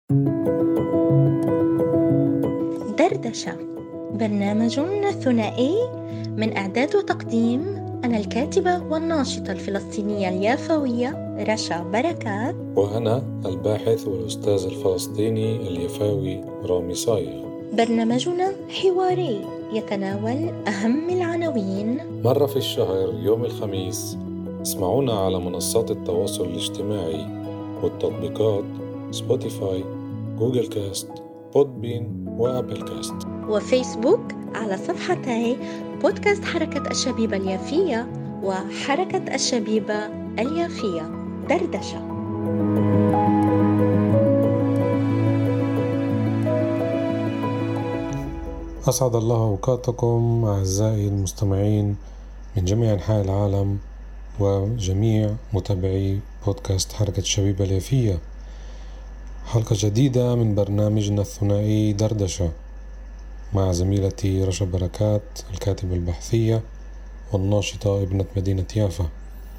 دردشة، برنامج ثنائي من إعداد وتقديم أنا الكاتبة والناشطة الفلسطينية اليافوية رشا بركات، وأنا الباحث والأستاذ الفلسطيني اليافاوي رامي صايغ. برنامجنا حواري يتناول أهم العناوين. مرة في الشهر يوم الخميس اسمعونا على منصات التواصل الاجتماعي والتطبيقات سبوتيفاي، جوجل كاست، بودبين وآبل كاست، وفيسبوك على صفحتي بودكاست حركة الشبيبة اليافية وحركة الشبيبة اليافية. دردشة. أسعد الله أوقاتكم أعزائي المستمعين من جميع أنحاء العالم وجميع متابعي بودكاست حركة الشبيبة اليافية. حلقة جديدة من برنامجنا الثنائي دردشة مع زميلتي رشا بركات الكاتبة البحثية والناشطة ابنة مدينة يافا.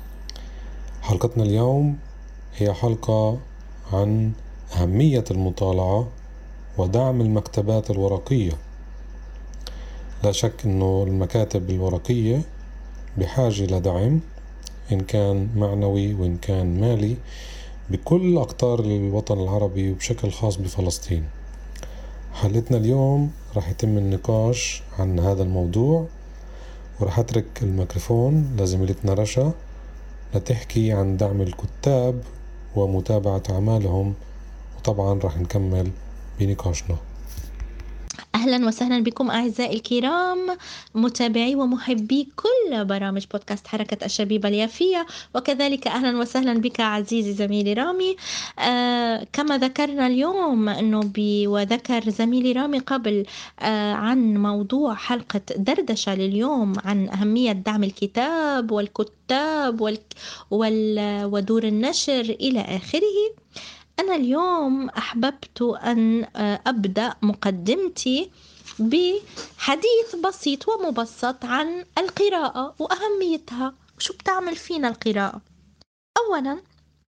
حلقتنا اليوم هي حلقة عن أهمية المطالعة ودعم المكتبات الورقية. لا شك أنه المكاتب الورقية بحاجة لدعم إن كان معنوي وإن كان مالي بكل أقطار الوطن العربي وبشكل خاص بفلسطين. حلقتنا اليوم راح يتم النقاش عن هذا الموضوع، وراح أترك الميكروفون لزميلتنا رشا لتحكي عن دعم الكتاب ومتابعة أعمالهم، وطبعا راح نكمل بنقاشنا. أهلا وسهلا بكم أعزائي الكرام متابعي ومحبي كل برامج بودكاست حركة الشبيبة اليافية، وكذلك أهلا وسهلا بك عزيزي زميلي رامي. كما ذكرنا اليوم أنه وذكر زميلي رامي قبل عن موضوع حلقة دردشة لليوم عن أهمية دعم الكتاب والكتاب ودور النشر إلى آخره. أنا اليوم أحببت أن أبدأ مقدمتي بحديث بسيط ومبسط عن القراءة وأهميتها وشو بتعمل فينا القراءة. أولا،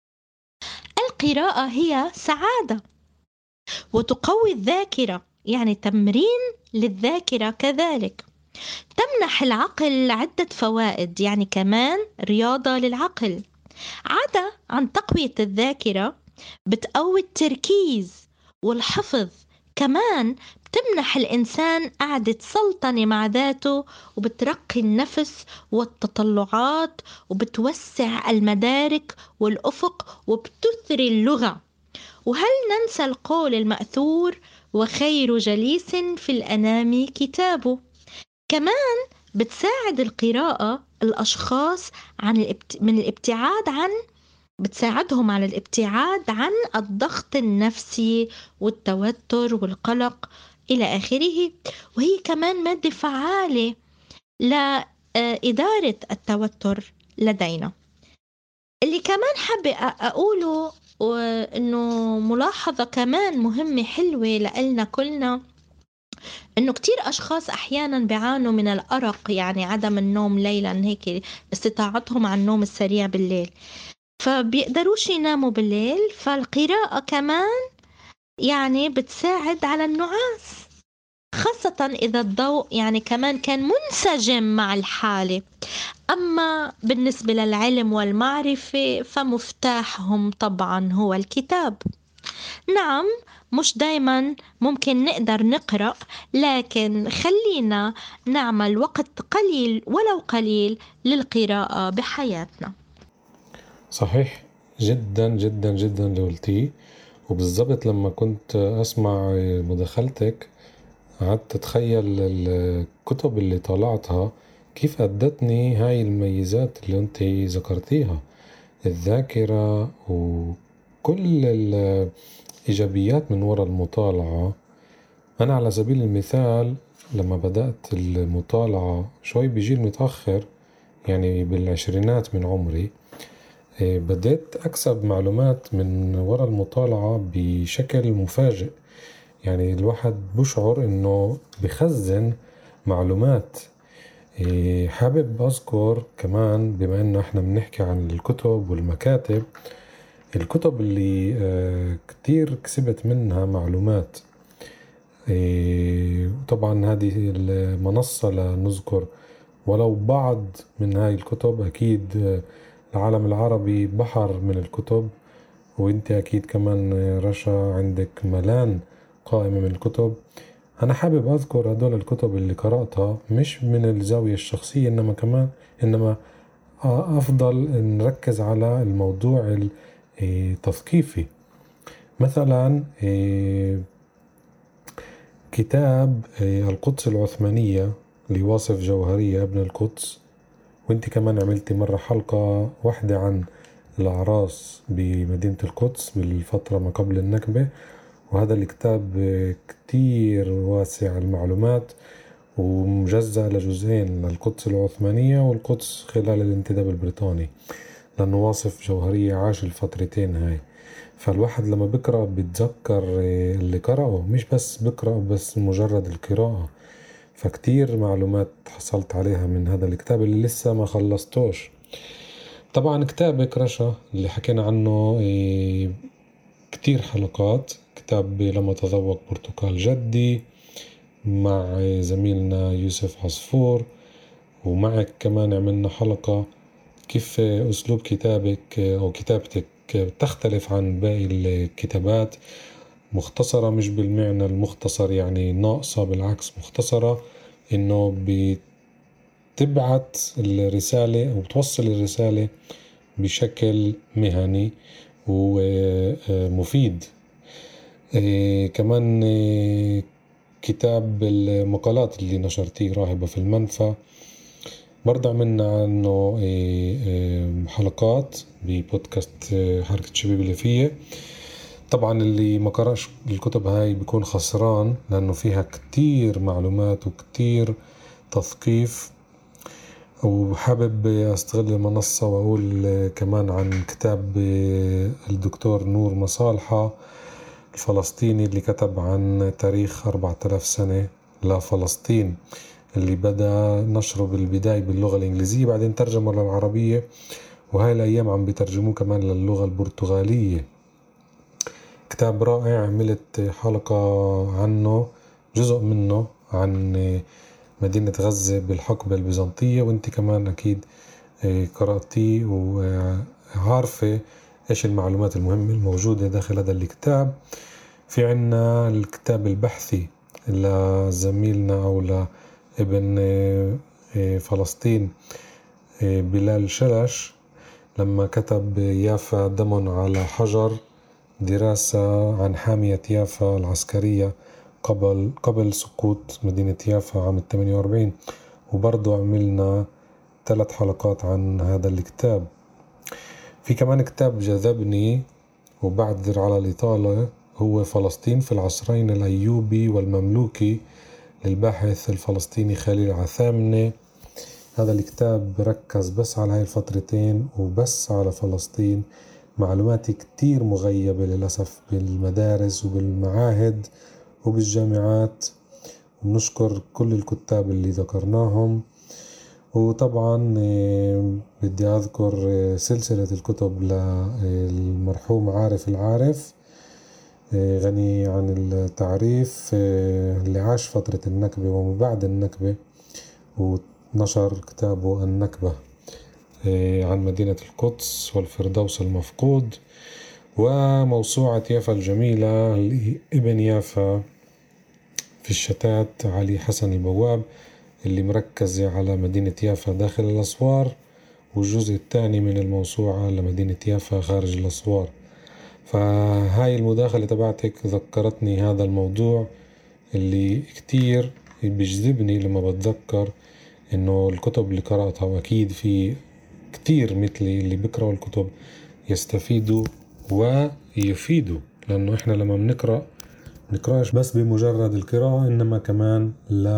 القراءة هي سعادة وتقوي الذاكرة، يعني تمرين للذاكرة، كذلك تمنح العقل عدة فوائد، يعني كمان رياضة للعقل. عدا عن تقوية الذاكرة بتقوي التركيز والحفظ، كمان بتمنح الإنسان قعدة سلطنة مع ذاته، وبترقي النفس والتطلعات، وبتوسع المدارك والأفق، وبتثري اللغة. وهل ننسى القول المأثور وخير جليس في الأنام كتابه؟ كمان بتساعد القراءة الأشخاص من الابتعاد عن بتساعدهم على الابتعاد عن الضغط النفسي والتوتر والقلق إلى آخره، وهي كمان مادة فعالة لإدارة التوتر لدينا. اللي كمان حابة أقوله إنه ملاحظة كمان مهمة حلوة لنا كلنا، إنه كتير أشخاص أحيانا بيعانوا من الأرق، يعني عدم النوم ليلا، هيك استطاعتهم عن النوم السريع بالليل، فبيقدروش يناموا بالليل. فالقراءة كمان يعني بتساعد على النعاس، خاصة إذا الضوء يعني كمان كان منسجم مع الحالة. أما بالنسبة للعلم والمعرفة فمفتاحهم طبعا هو الكتاب. نعم، مش دايما ممكن نقدر نقرأ، لكن خلينا نعمل وقت قليل ولو قليل للقراءة بحياتنا. صحيح جدا جدا جدا اللي قلتيه، وبالضبط لما كنت أسمع مداخلتك قعدت أتخيل الكتب اللي طالعتها كيف أدتني هاي الميزات اللي أنت ذكرتيها، الذاكرة وكل الإيجابيات من وراء المطالعة. أنا على سبيل المثال لما بدأت المطالعة شوي بجيل متأخر، يعني بالعشرينات من عمري، بدأت أكسب معلومات من وراء المطالعة بشكل مفاجئ. يعني الواحد بشعر إنه بخزن معلومات. حابب أذكر كمان بما إنه إحنا بنحكي عن الكتب والمكاتب، الكتب اللي كتير كسبت منها معلومات. طبعا هذه المنصة لنذكر ولو بعض من هاي الكتب. أكيد العالم العربي بحر من الكتب، وانت أكيد كمان رشا عندك ملان قائمة من الكتب. أنا حابب أذكر هدول الكتب اللي قرأتها مش من الزاوية الشخصية، إنما أفضل نركز على الموضوع التثقيفي. مثلا كتاب القدس العثمانية لواصف جوهرية ابن القدس، وانت كمان عملتي مرة حلقة واحدة عن الأعراس بمدينة القدس بالفترة ما قبل النكبة. وهذا الكتاب كتير واسع المعلومات ومجزأ لجزئين، للقدس العثمانية والقدس خلال الانتداب البريطاني، لأنه واصف جوهرية عاش الفترتين هاي. فالواحد لما بقرأ بيتذكر اللي قرأه، مش بس بقرأ بس مجرد القراءة. فكتير معلومات حصلت عليها من هذا الكتاب اللي لسه ما خلصتوش. طبعا كتابك رشا اللي حكينا عنه كتير حلقات، كتاب لما تذوق برتقال جدي مع زميلنا يوسف عصفور، ومعك كمان عملنا حلقة كيف أسلوب كتابك أو كتابتك تختلف عن باقي الكتابات، مختصرة مش بالمعنى المختصر يعني ناقصة، بالعكس مختصرة إنه بتبعت الرسالة أو بتوصل الرسالة بشكل مهني ومفيد. كمان كتاب المقالات اللي نشرتيه راهبة في المنفى برضه عملنا عنه حلقات ببودكاست حركة شباب اللي فيه. طبعا اللي ما قرأش الكتب هاي بيكون خسران، لأنه فيها كتير معلومات وكتير تثقيف. وحابب استغل المنصة وأقول كمان عن كتاب الدكتور نور مصالحة الفلسطيني اللي كتب عن تاريخ 4000 سنة لفلسطين، اللي بدأ نشره بالبداية باللغة الإنجليزية بعدين ترجمه للعربية، وهاي الأيام عم بيترجموه كمان للغة البرتغالية. كتاب رائع، عملت حلقة عنه جزء منه عن مدينة غزة بالحقبة البيزنطية، وانت كمان أكيد قرأتيه وعارفة إيش المعلومات المهمة الموجودة داخل هذا الكتاب. في عنا الكتاب البحثي لزميلنا أو لابن فلسطين بلال شلش لما كتب يافا دم على حجر، دراسة عن حامية يافا العسكرية قبل سقوط مدينة يافا عام 48. وبرضو عملنا 3 حلقات عن هذا الكتاب. في كمان كتاب جذبني وبعدر على الإطالة، هو فلسطين في العصرين الأيوبي والمملوكي للباحث الفلسطيني خليل عثامنة. هذا الكتاب ركز بس على هاي الفترتين وبس على فلسطين، معلومات كتير مغيبة للأسف بالمدارس وبالمعاهد وبالجامعات، ونشكر كل الكتاب اللي ذكرناهم. وطبعا بدي أذكر سلسلة الكتب للمرحوم عارف العارف غني عن التعريف، اللي عاش فترة النكبة وما بعد النكبة، ونشر كتابه النكبة عن مدينة القدس والفردوس المفقود، وموسوعة يافا الجميلة لابن يافا في الشتات علي حسن البواب اللي مركزة على مدينة يافا داخل الأسوار، والجزء الثاني من الموسوعة لمدينة يافا خارج الأسوار. فهاي المداخلة تبعتك ذكرتني هذا الموضوع اللي كتير بيجذبني لما بتذكر إنه الكتب اللي قرأتها، وأكيد في كتير مثلي اللي بيقرأوا الكتب يستفيدوا ويفيدوا، لأنه إحنا لما بنقرأش بس بمجرد القراءة، إنما كمان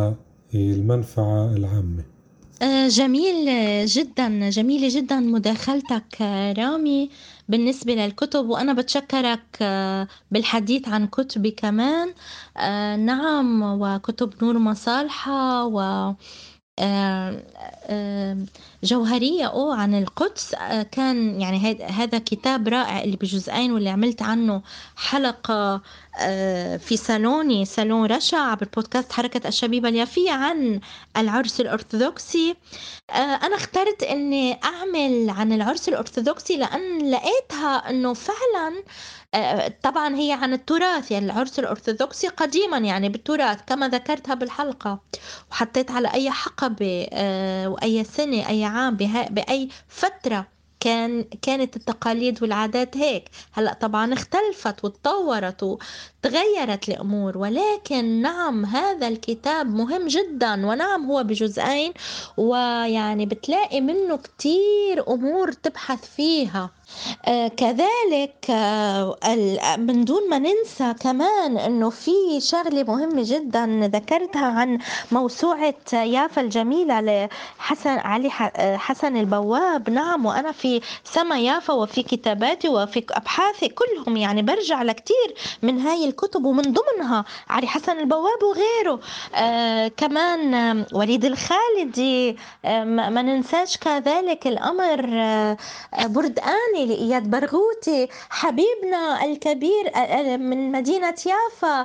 للمنفعة العامة. جميل جدا، جميلة جدا مداخلتك رامي بالنسبة للكتب، وأنا بتشكرك بالحديث عن كتبي كمان. نعم، وكتب نور مصالحة جوهرية عن القدس. كان يعني هذا كتاب رائع اللي بجزئين، واللي عملت عنه حلقة في صالون رشا عبر بودكاست حركة الشبيبة اليافية عن العرس الأرثوذكسي. أنا اخترت إني أعمل عن العرس الأرثوذكسي لأن لقيتها إنه فعلا طبعا هي عن التراث، يعني العرس الأرثوذكسي قديما يعني بالتراث كما ذكرتها بالحلقة، وحطيت على أي حقبة وأي سنة أي عام بأي فترة كانت التقاليد والعادات هيك. هلأ طبعا اختلفت وتطورت وتغيرت الأمور، ولكن نعم هذا الكتاب مهم جدا، ونعم هو بجزئين، ويعني بتلاقي منه كتير أمور تبحث فيها. كذلك من دون ما ننسى كمان انه في شغلة مهمة جدا ذكرتها عن موسوعة يافا الجميلة لحسن علي حسن البواب. نعم، وانا في سما يافا وفي كتاباتي وفي ابحاثي كلهم يعني برجع لكتير من هاي الكتب، ومن ضمنها علي حسن البواب وغيره. كمان وليد الخالدي. ما ننساش كذلك الأمر بردقاني لإياد برغوثي، حبيبنا الكبير من مدينة يافا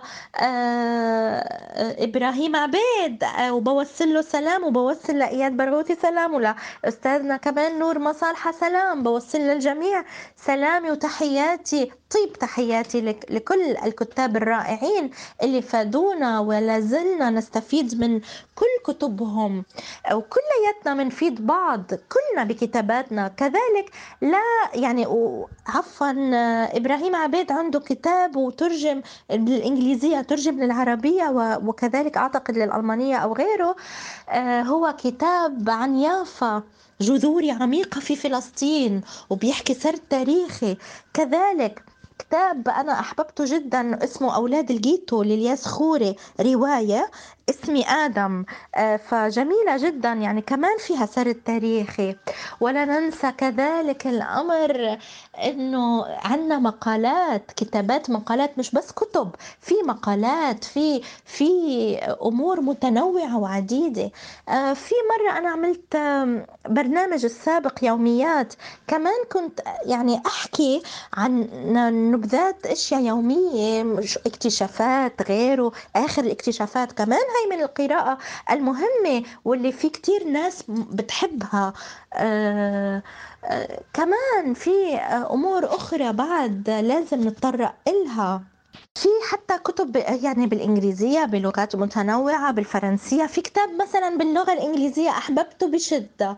إبراهيم عبيد، وبوصل له سلام، وبوصل لإياد برغوثي سلام، ولأستاذنا كمان نور مصالحة سلام، بوصل للجميع سلامي وتحياتي، طيب تحياتي لكل الكتاب الرائعين اللي فادونا ولا زلنا نستفيد من كل كتبهم، وكلياتنا منفيد بعض كلنا بكتاباتنا. كذلك لا يعني عفوا إبراهيم عبيد عنده كتاب وترجم بالإنجليزية، ترجم للعربية وكذلك أعتقد للألمانية أو غيره. هو كتاب عن يافا، جذوري عميقة في فلسطين، وبيحكي سرد تاريخي. كذلك كتاب أنا أحببته جدا اسمه أولاد الجيتو للياس خوري، رواية اسمي آدم، فجميلة جدا يعني كمان فيها سرد تاريخي. ولا ننسى كذلك الأمر إنه عنا مقالات، كتابات مقالات، مش بس كتب، في مقالات، في أمور متنوعة وعديدة. في مرة أنا عملت برنامج السابق يوميات، كمان كنت يعني أحكي عن نبذات أشياء يومية، اكتشافات غيره، آخر الاكتشافات. كمان هاي من القراءة المهمة واللي في كتير ناس بتحبها. كمان في أمور أخرى بعد لازم نتطرق إلها. في حتى كتب يعني بالإنجليزية بلغات متنوعة، بالفرنسية. في كتاب مثلا باللغة الإنجليزية أحببته بشدة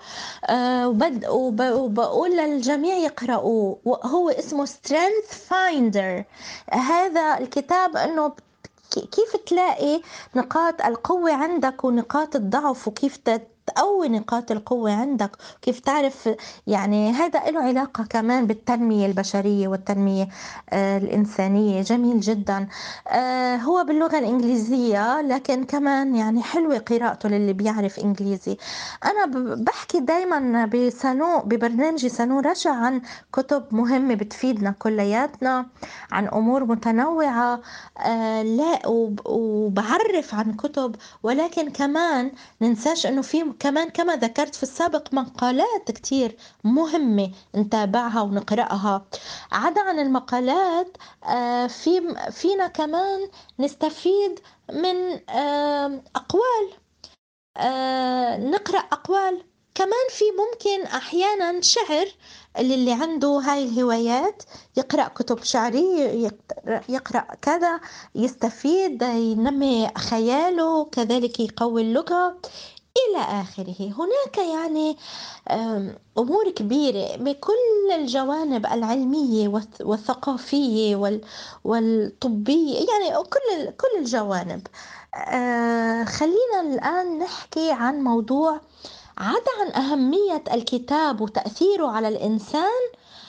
وبقول للجميع يقرأوه، وهو اسمه Strength Finder. هذا الكتاب أنه كيف تلاقي نقاط القوة عندك ونقاط الضعف، وكيف تقوي نقاط القوة عندك، كيف تعرف يعني هذا له علاقة كمان بالتنمية البشرية والتنمية الإنسانية. جميل جدا. هو باللغة الإنجليزية لكن كمان يعني حلوة قراءته للي بيعرف إنجليزي. أنا بحكي دايما ببرنامجي سانو رشا عن كتب مهمة بتفيدنا كلياتنا، عن أمور متنوعة. لا وبعرف عن كتب، ولكن كمان ننساش انه في كمان كما ذكرت في السابق مقالات كتير مهمة نتابعها ونقرأها. عدا عن المقالات فينا كمان نستفيد من أقوال، نقرأ أقوال. كمان في ممكن أحيانا شعر، اللي عنده هاي الهوايات يقرأ كتب شعرية، يقرأ كذا، يستفيد، ينمي خياله، كذلك يقوي اللغة إلى آخره. هناك يعني أمور كبيرة بكل الجوانب العلمية والثقافية والطبية، يعني كل الجوانب. خلينا الآن نحكي عن موضوع عدا عن أهمية الكتاب وتأثيره على الإنسان،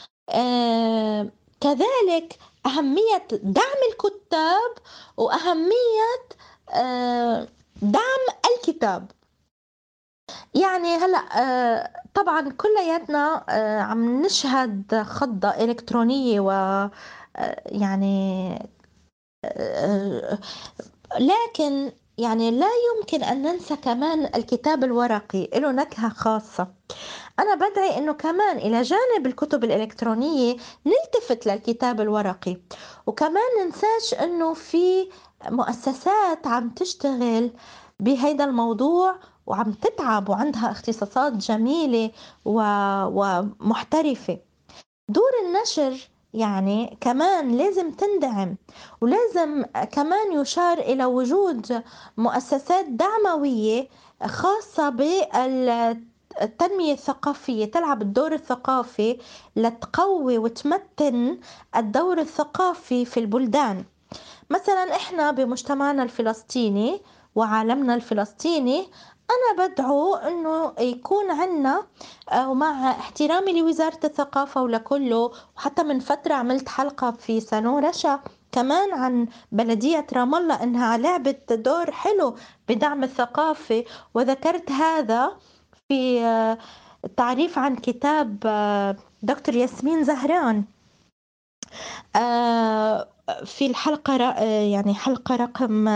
كذلك أهمية دعم الكتاب وأهمية دعم الكتاب. يعني هلأ طبعا كلياتنا عم نشهد خضة إلكترونية يعني لكن يعني لا يمكن أن ننسى كمان الكتاب الورقي، له نكهة خاصة. أنا بدعي إنه كمان إلى جانب الكتب الإلكترونية نلتفت للكتاب الورقي، وكمان ننساش إنه في مؤسسات عم تشتغل بهيدا الموضوع وعم تتعب وعندها اختصاصات جميلة ومحترفة. دور النشر يعني كمان لازم تندعم، ولازم كمان يشار إلى وجود مؤسسات دعموية خاصة بالتنمية الثقافية، تلعب الدور الثقافي لتقوي وتمتن الدور الثقافي في البلدان. مثلا إحنا بمجتمعنا الفلسطيني وعالمنا الفلسطيني، أنا بدعو أنه يكون عنا، ومع احترامي لوزارة الثقافة ولكله، وحتى من فترة عملت حلقة في سانو رشا كمان عن بلدية رام الله إنها لعبت دور حلو بدعم الثقافة، وذكرت هذا في التعريف عن كتاب دكتور ياسمين زهران في الحلقة يعني حلقة رقم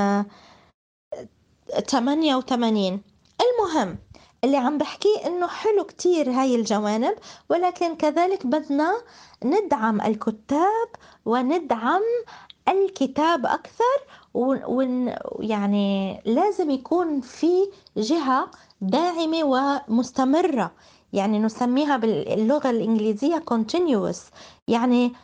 88. المهم اللي عم بحكيه إنه حلو كتير هاي الجوانب، ولكن كذلك بدنا ندعم الكتاب وندعم الكتاب أكثر، يعني لازم يكون في جهة داعمة ومستمرة، يعني نسميها باللغة الإنجليزية continuous، يعني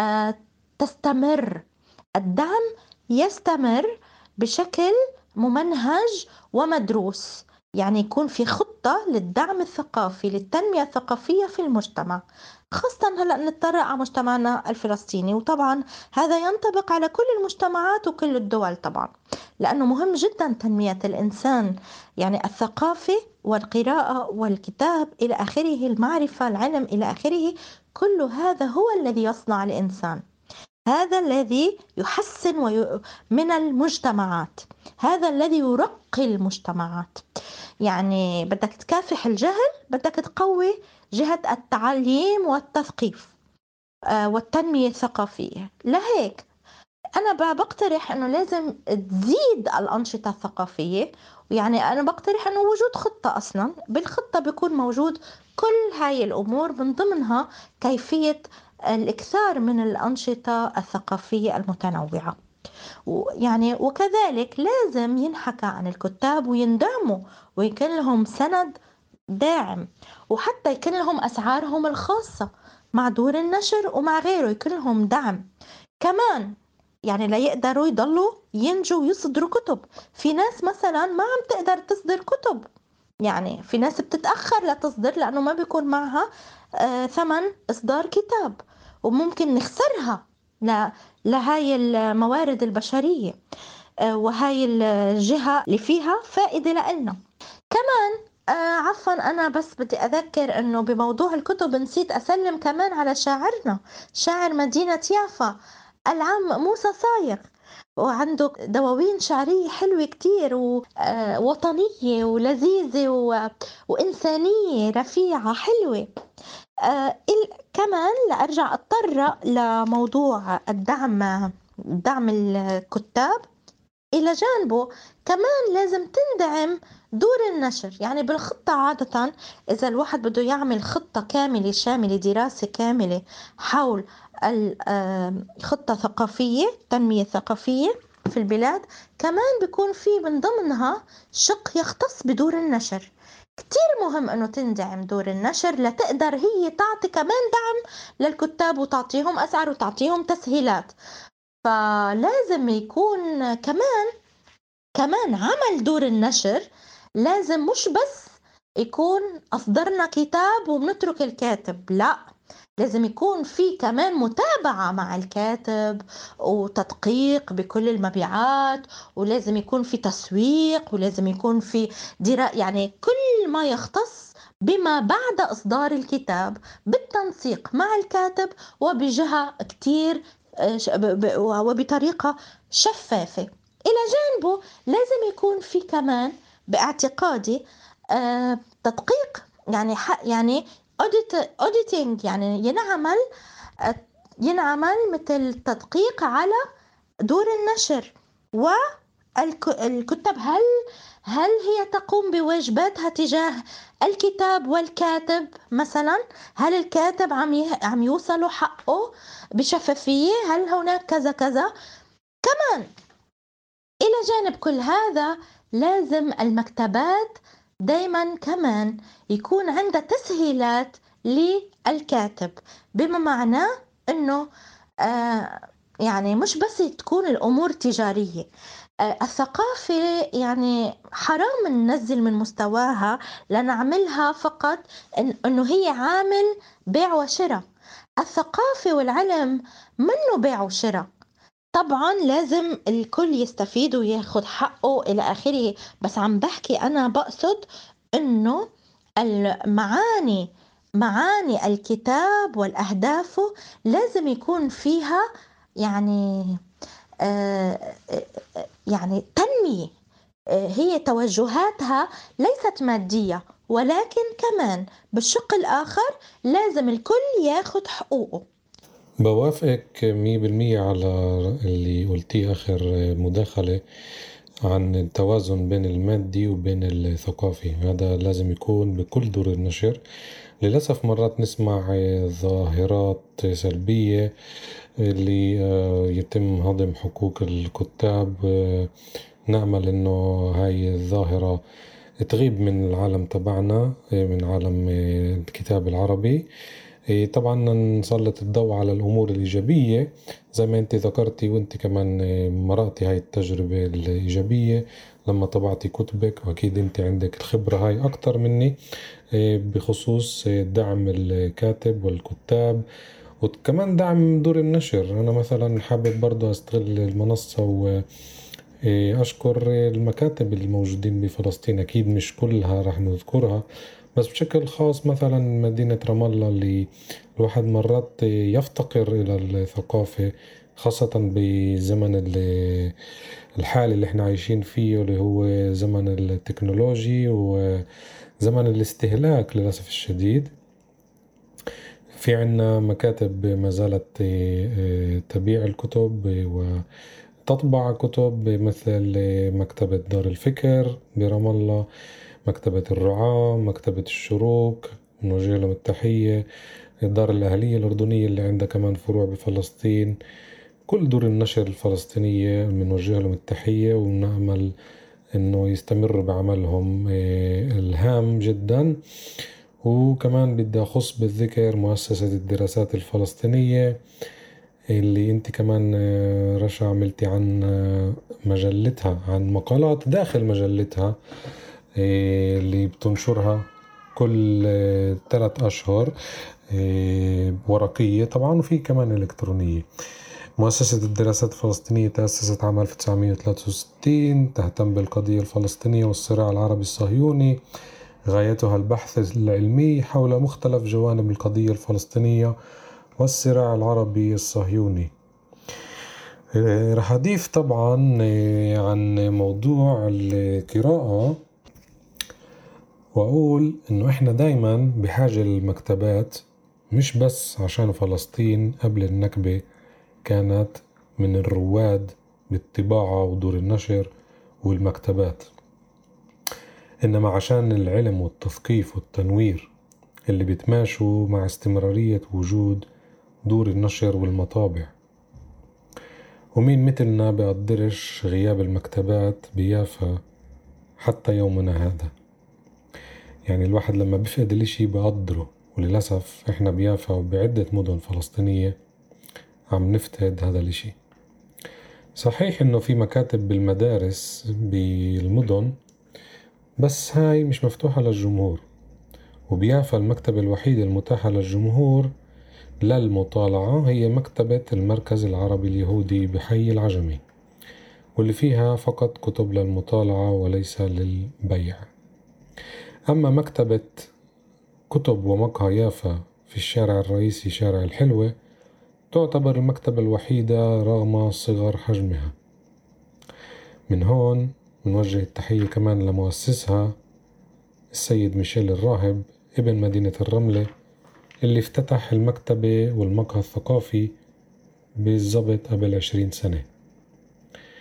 تستمر الدعم، يستمر بشكل ممنهج ومدروس، يعني يكون في خطة للدعم الثقافي للتنمية الثقافية في المجتمع، خاصة هلأ نتطرق على مجتمعنا الفلسطيني، وطبعا هذا ينطبق على كل المجتمعات وكل الدول طبعا، لأنه مهم جدا تنمية الإنسان، يعني الثقافة والقراءة والكتاب إلى آخره، المعرفة العلم إلى آخره، كل هذا هو الذي يصنع الإنسان، هذا الذي يحسن من المجتمعات، هذا الذي يرقي المجتمعات. يعني بدك تكافح الجهل، بدك تقوي جهة التعليم والتثقيف والتنمية الثقافية. لهيك أنا بقترح أنه لازم تزيد الأنشطة الثقافية، يعني أنا بقترح أنه وجود خطة، أصلا بالخطة بيكون موجود كل هاي الأمور، من ضمنها كيفية الإكثار من الأنشطة الثقافية المتنوعة. يعني وكذلك لازم ينحكى عن الكتاب ويندعموا ويكون لهم سند داعم، وحتى يكون لهم أسعارهم الخاصة مع دور النشر ومع غيره، يكون لهم دعم كمان، يعني لا يقدروا يضلوا ينجوا ويصدروا كتب. في ناس مثلا ما عم تقدر تصدر كتب، يعني في ناس بتتأخر لتصدر لأنه ما بيكون معها ثمن إصدار كتاب، وممكن نخسرها لهاي الموارد البشرية، وهاي الجهة اللي فيها فائدة لنا كمان. عفوا أنا بس بدي أذكر أنه بموضوع الكتب نسيت أسلم كمان على شاعرنا، شاعر مدينة يافا العم موسى صايغ، وعنده دواوين شعرية حلوة كتير ووطنية ولذيذة وإنسانية رفيعة حلوة. كمان لأرجع أتطرق لموضوع دعم الكتاب، إلى جانبه كمان لازم تندعم دور النشر. يعني بالخطة عادة إذا الواحد بده يعمل خطة كاملة شاملة، دراسة كاملة حول خطة ثقافية، تنمية ثقافية في البلاد، كمان بيكون في من ضمنها شق يختص بدور النشر. كتير مهم أنه تندعم دور النشر لتقدر هي تعطي كمان دعم للكتاب وتعطيهم أسعار وتعطيهم تسهيلات. فلازم يكون كمان عمل دور النشر، لازم مش بس يكون أصدرنا كتاب وبنترك الكاتب، لا، لازم يكون في كمان متابعة مع الكاتب وتدقيق بكل المبيعات، ولازم يكون في تسويق، ولازم يكون في يعني كل ما يختص بما بعد إصدار الكتاب بالتنسيق مع الكاتب وبجهة كتير وبطريقة شفافة. إلى جانبه لازم يكون في كمان باعتقادي تدقيق، يعني auditing، يعني ينعمل مثل تدقيق على دور النشر الكتاب هل هي تقوم بواجباتها تجاه الكتاب والكاتب مثلا؟ هل الكاتب عم يوصل حقه بشفافية؟ هل هناك كذا كذا؟ كمان إلى جانب كل هذا لازم المكتبات دايما كمان يكون عندها تسهيلات للكاتب، بما معناه أنه يعني مش بس تكون الأمور تجارية. الثقافة يعني حرام ننزل من مستواها لنعملها فقط أنه هي عامل بيع وشراء. الثقافة والعلم منه بيع وشراء. طبعا لازم الكل يستفيد وياخد حقه إلى آخره، بس عم بحكي أنا بقصد أنه معاني الكتاب والأهداف لازم يكون فيها يعني يعني تنمية. هي توجهاتها ليست مادية، ولكن كمان بالشق الآخر لازم الكل ياخد حقوقه. بوافقك 100% على اللي قلتيه آخر مداخلة عن التوازن بين المادي وبين الثقافي. هذا لازم يكون بكل دور النشر. للأسف مرات نسمع ظاهرات سلبية اللي يتم هضم حقوق الكتاب. نأمل إنه هاي الظاهرة تغيب من العالم تبعنا، من عالم الكتاب العربي. طبعا نسلط الضوء على الأمور الإيجابية زي ما أنت ذكرتي، وأنت كمان مرأتي هاي التجربة الإيجابية لما طبعتي كتبك، وأكيد أنت عندك الخبرة هاي أكتر مني بخصوص دعم الكاتب والكتاب وكمان دعم دور النشر. أنا مثلا حابب برضو أستغل المنصة وأشكر المكاتب الموجودين بفلسطين. أكيد مش كلها رح نذكرها، بس بشكل خاص مثلا مدينة رام الله اللي الواحد مرات يفتقر إلى الثقافة، خاصة بزمن الحالي اللي احنا عايشين فيه، اللي هو زمن التكنولوجي وزمن الاستهلاك للأسف الشديد. في عنا مكاتب ما زالت تبيع الكتب وتطبع كتب، مثل مكتبة دار الفكر برام الله، مكتبة الرعاة، مكتبة الشروق، نوجه لهم التحية، الدار الأهلية الأردنية اللي عندها كمان فروع بفلسطين. كل دور النشر الفلسطينية بنوجه لهم التحية، ونأمل إنه يستمروا بعملهم الهام جدا. وكمان بدي أخص بالذكر مؤسسة الدراسات الفلسطينية اللي انت كمان رشا عملتي عن مجلتها، عن مقالات داخل مجلتها اللي بتنشرها كل 3 أشهر ورقية طبعا، وفي كمان إلكترونية. مؤسسة الدراسات الفلسطينية تأسست عام 1963، تهتم بالقضية الفلسطينية والصراع العربي الصهيوني. غايتها البحث العلمي حول مختلف جوانب القضية الفلسطينية والصراع العربي الصهيوني. رح أضيف طبعا عن موضوع القراءة، وأقول إنه إحنا دايما بحاجة للمكتبات، مش بس عشان فلسطين قبل النكبة كانت من الرواد بالطباعة ودور النشر والمكتبات، إنما عشان العلم والتثقيف والتنوير اللي بيتماشوا مع استمرارية وجود دور النشر والمطابع. ومين مثلنا بيقدرش غياب المكتبات بيافا حتى يومنا هذا. يعني الواحد لما بيفقد الاشي بقدره، وللأسف احنا بيافا وبعدة مدن فلسطينية عم نفتقد هذا الاشي. صحيح انه في مكاتب بالمدارس بالمدن، بس هاي مش مفتوحة للجمهور. وبيافا المكتبة الوحيدة المتاحة للجمهور للمطالعة هي مكتبة المركز العربي اليهودي بحي العجمي، واللي فيها فقط كتب للمطالعة وليس للبيع. أما مكتبة كتب ومقهى يافا في الشارع الرئيسي شارع الحلوة تعتبر المكتبة الوحيدة رغم صغر حجمها. من هون بنوجه التحية كمان لمؤسسها السيد ميشيل الراهب ابن مدينة الرملة، اللي افتتح المكتبة والمقهى الثقافي بالضبط قبل 20 سنة.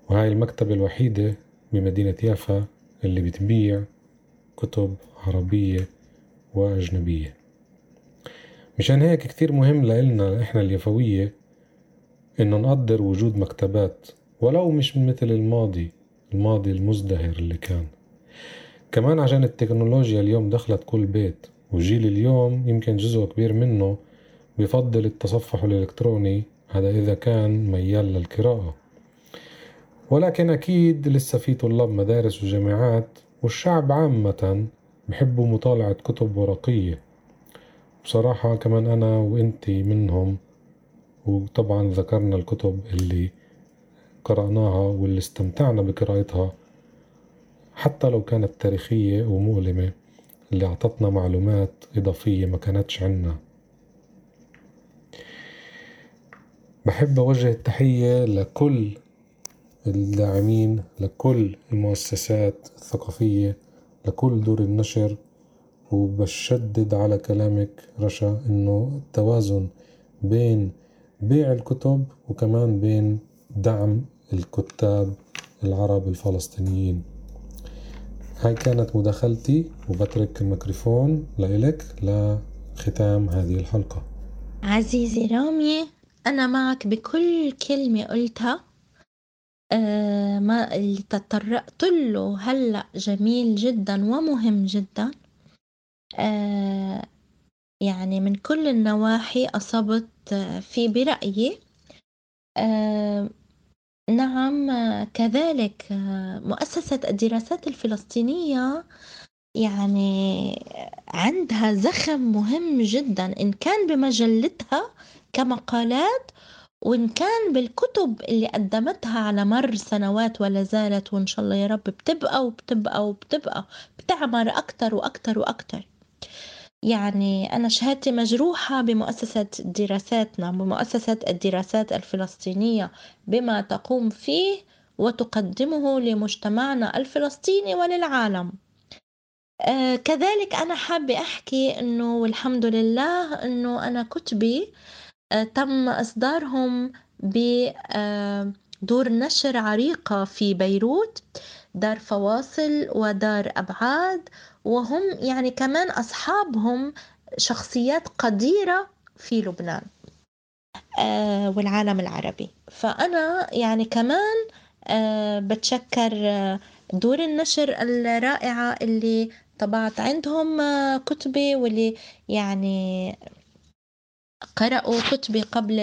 وهاي المكتبة الوحيدة بمدينة يافا اللي بتبيع كتب عربية وأجنبية. مشان هيك كتير مهم لإلنا إحنا اليافوية إنه نقدر وجود مكتبات، ولو مش مثل الماضي المزدهر اللي كان. كمان عشان التكنولوجيا اليوم دخلت كل بيت، وجيل اليوم يمكن جزء كبير منه بيفضل التصفح الإلكتروني، هذا إذا كان ميال للقراءة. ولكن أكيد لسه في طلاب مدارس وجامعات والشعب عامة بحبوا مطالعة كتب ورقية. بصراحة كمان أنا وإنتي منهم، وطبعا ذكرنا الكتب اللي قرأناها واللي استمتعنا بقراءتها حتى لو كانت تاريخية ومؤلمة، اللي أعطتنا معلومات إضافية ما كانتش عنا. بحب أوجه التحية لكل الداعمين، لكل المؤسسات الثقافية، لكل دور النشر. وبشدد على كلامك رشا إنه التوازن بين بيع الكتب وكمان بين دعم الكتاب العرب الفلسطينيين. هاي كانت مداخلتي، وبترك الميكروفون لإلك لختام هذه الحلقة. عزيزي رامي، أنا معك بكل كلمة قلتها. ما اللي تطرقت له هلأ جميل جدا ومهم جدا. يعني من كل النواحي أصبت في برأيي. نعم، كذلك مؤسسة الدراسات الفلسطينية يعني عندها زخم مهم جدا، إن كان بمجلتها كمقالات، وإن كان بالكتب اللي قدمتها على مر سنوات ولا زالت، وإن شاء الله يا رب بتبقى وبتبقى وبتبقى بتعمر أكتر وأكتر وأكتر. يعني أنا شهادتي مجروحة بمؤسسة دراساتنا، بمؤسسة الدراسات الفلسطينية، بما تقوم فيه وتقدمه لمجتمعنا الفلسطيني وللعالم. كذلك أنا حابة أحكي إنه والحمد لله إنه أنا كتبي تم إصدارهم بدور نشر عريقة في بيروت، دار فواصل ودار أبعاد، وهم يعني كمان أصحابهم شخصيات قديرة في لبنان والعالم العربي. فأنا يعني كمان بتشكر دور النشر الرائعة اللي طبعت عندهم كتبي، واللي يعني قرأوا كتبي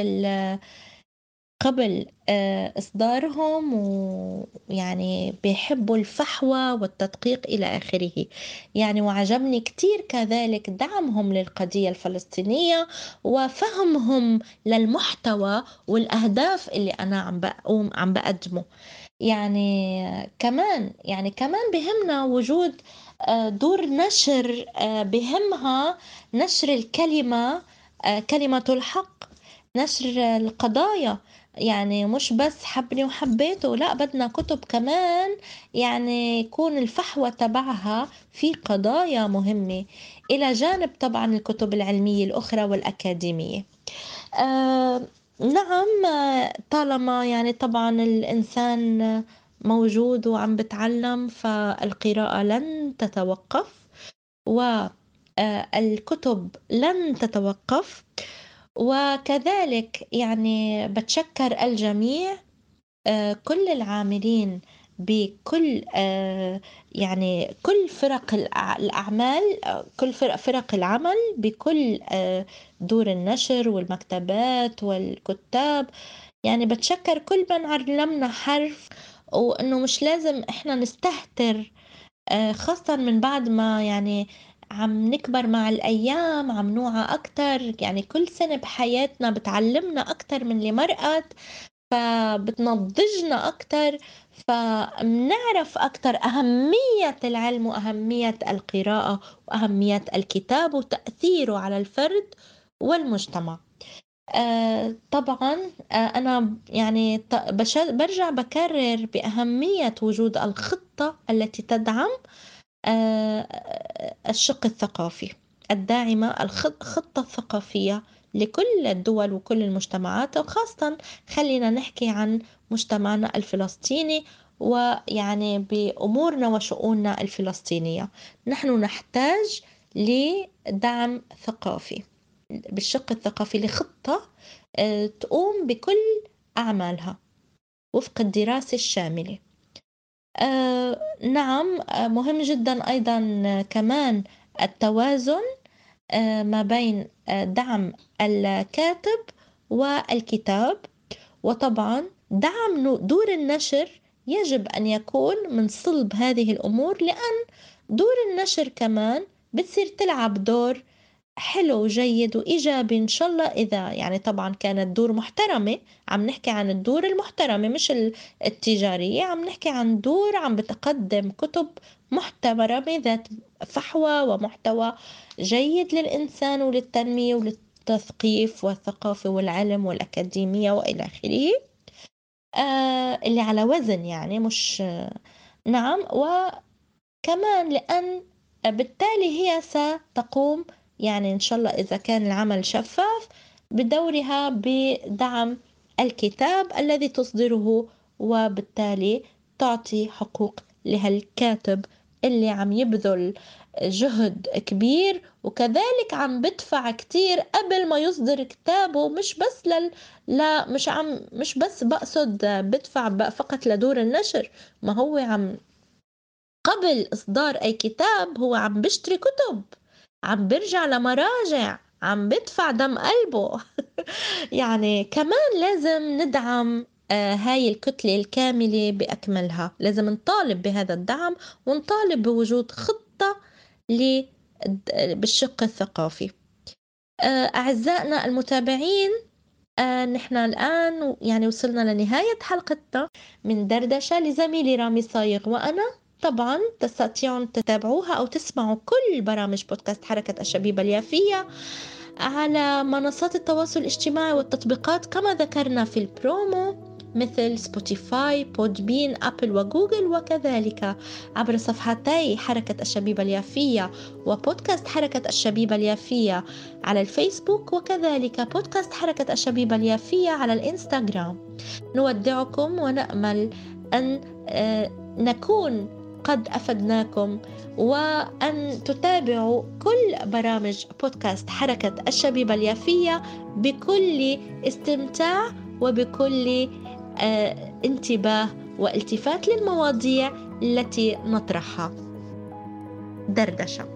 قبل إصدارهم، ويعني بيحبوا الفحوى والتدقيق إلى آخره. يعني وعجبني كتير كذلك دعمهم للقضية الفلسطينية وفهمهم للمحتوى والأهداف اللي أنا عم بقدمه. يعني كمان بهمنا وجود دور نشر بهمها نشر الكلمة، كلمة الحق، نشر القضايا. يعني مش بس حبني وحبيته، لا، بدنا كتب كمان يعني يكون الفحوى تبعها في قضايا مهمة، إلى جانب طبعا الكتب العلمية الأخرى والأكاديمية. نعم، طالما يعني طبعا الإنسان موجود وعم بتعلم، فالقراءة لن تتوقف، والكتب لن تتوقف. وكذلك يعني بتشكر الجميع، كل العاملين بكل يعني كل فرق الأعمال، كل فرق العمل بكل دور النشر والمكتبات والكتاب. يعني بتشكر كل من علمنا حرف، وإنه مش لازم إحنا نستهتر، خاصة من بعد ما يعني عم نكبر مع الأيام، عم نوعى أكتر. يعني كل سنة بحياتنا بتعلمنا أكتر من اللي مرقت، فبتنضجنا أكتر، فبنعرف أكتر أهمية العلم وأهمية القراءة وأهمية الكتاب وتأثيره على الفرد والمجتمع. طبعا أنا يعني برجع بكرر بأهمية وجود الخطة التي تدعم الشق الثقافي، الداعمة، الخطة الثقافية لكل الدول وكل المجتمعات، وخاصة خلينا نحكي عن مجتمعنا الفلسطيني ويعني بأمورنا وشؤوننا الفلسطينية. نحن نحتاج لدعم ثقافي بالشق الثقافي، لخطة تقوم بكل أعمالها وفق الدراسة الشاملة. نعم، مهم جدا أيضا كمان التوازن ما بين دعم الكاتب والكتاب، وطبعا دعم دور النشر يجب أن يكون من صلب هذه الأمور، لأن دور النشر كمان بتصير تلعب دور حلو وجيد وإيجابي إن شاء الله، إذا يعني طبعا كانت دور محترمة. عم نحكي عن الدور المحترمة مش التجارية، عم نحكي عن دور عم بتقدم كتب محترمة ذات فحوى ومحتوى جيد للإنسان وللتنمية وللتثقيف والثقافة والعلم والأكاديمية وإلى آخره، اللي على وزن يعني مش نعم. وكمان لأن بالتالي هي ستقوم يعني إن شاء الله إذا كان العمل شفاف بدورها بدعم الكتاب الذي تصدره، وبالتالي تعطي حقوق لهالكاتب اللي عم يبذل جهد كبير، وكذلك عم بدفع كتير قبل ما يصدر كتابه. مش بس مش بس بقصد بدفع فقط لدور النشر، ما هو عم قبل إصدار أي كتاب هو عم بيشتري كتب، عم برجع لمراجع، عم بدفع دم قلبه. يعني كمان لازم ندعم هاي الكتلة الكاملة بأكملها. لازم نطالب بهذا الدعم ونطالب بوجود خطة بالشق الثقافي. أعزائنا المتابعين، نحن الآن يعني وصلنا لنهاية حلقتنا من دردشة لزميلي رامي صايغ وأنا. طبعا تستطيعون تتابعوها أو تسمعوا كل برامج بودكاست حركة الشبيبة اليافية على منصات التواصل الاجتماعي والتطبيقات كما ذكرنا في البرومو، مثل سبوتيفاي، بودبين، أبل وجوجل، وكذلك عبر صفحتي حركة الشبيبة اليافية وبودكاست حركة الشبيبة اليافية على الفيسبوك، وكذلك بودكاست حركة الشبيبة اليافية على الإنستغرام. نودعكم ونأمل أن نكون قد أفدناكم، وأن تتابعوا كل برامج بودكاست حركة الشبيبة اليافية بكل استمتاع وبكل انتباه والتفات للمواضيع التي نطرحها. دردشة.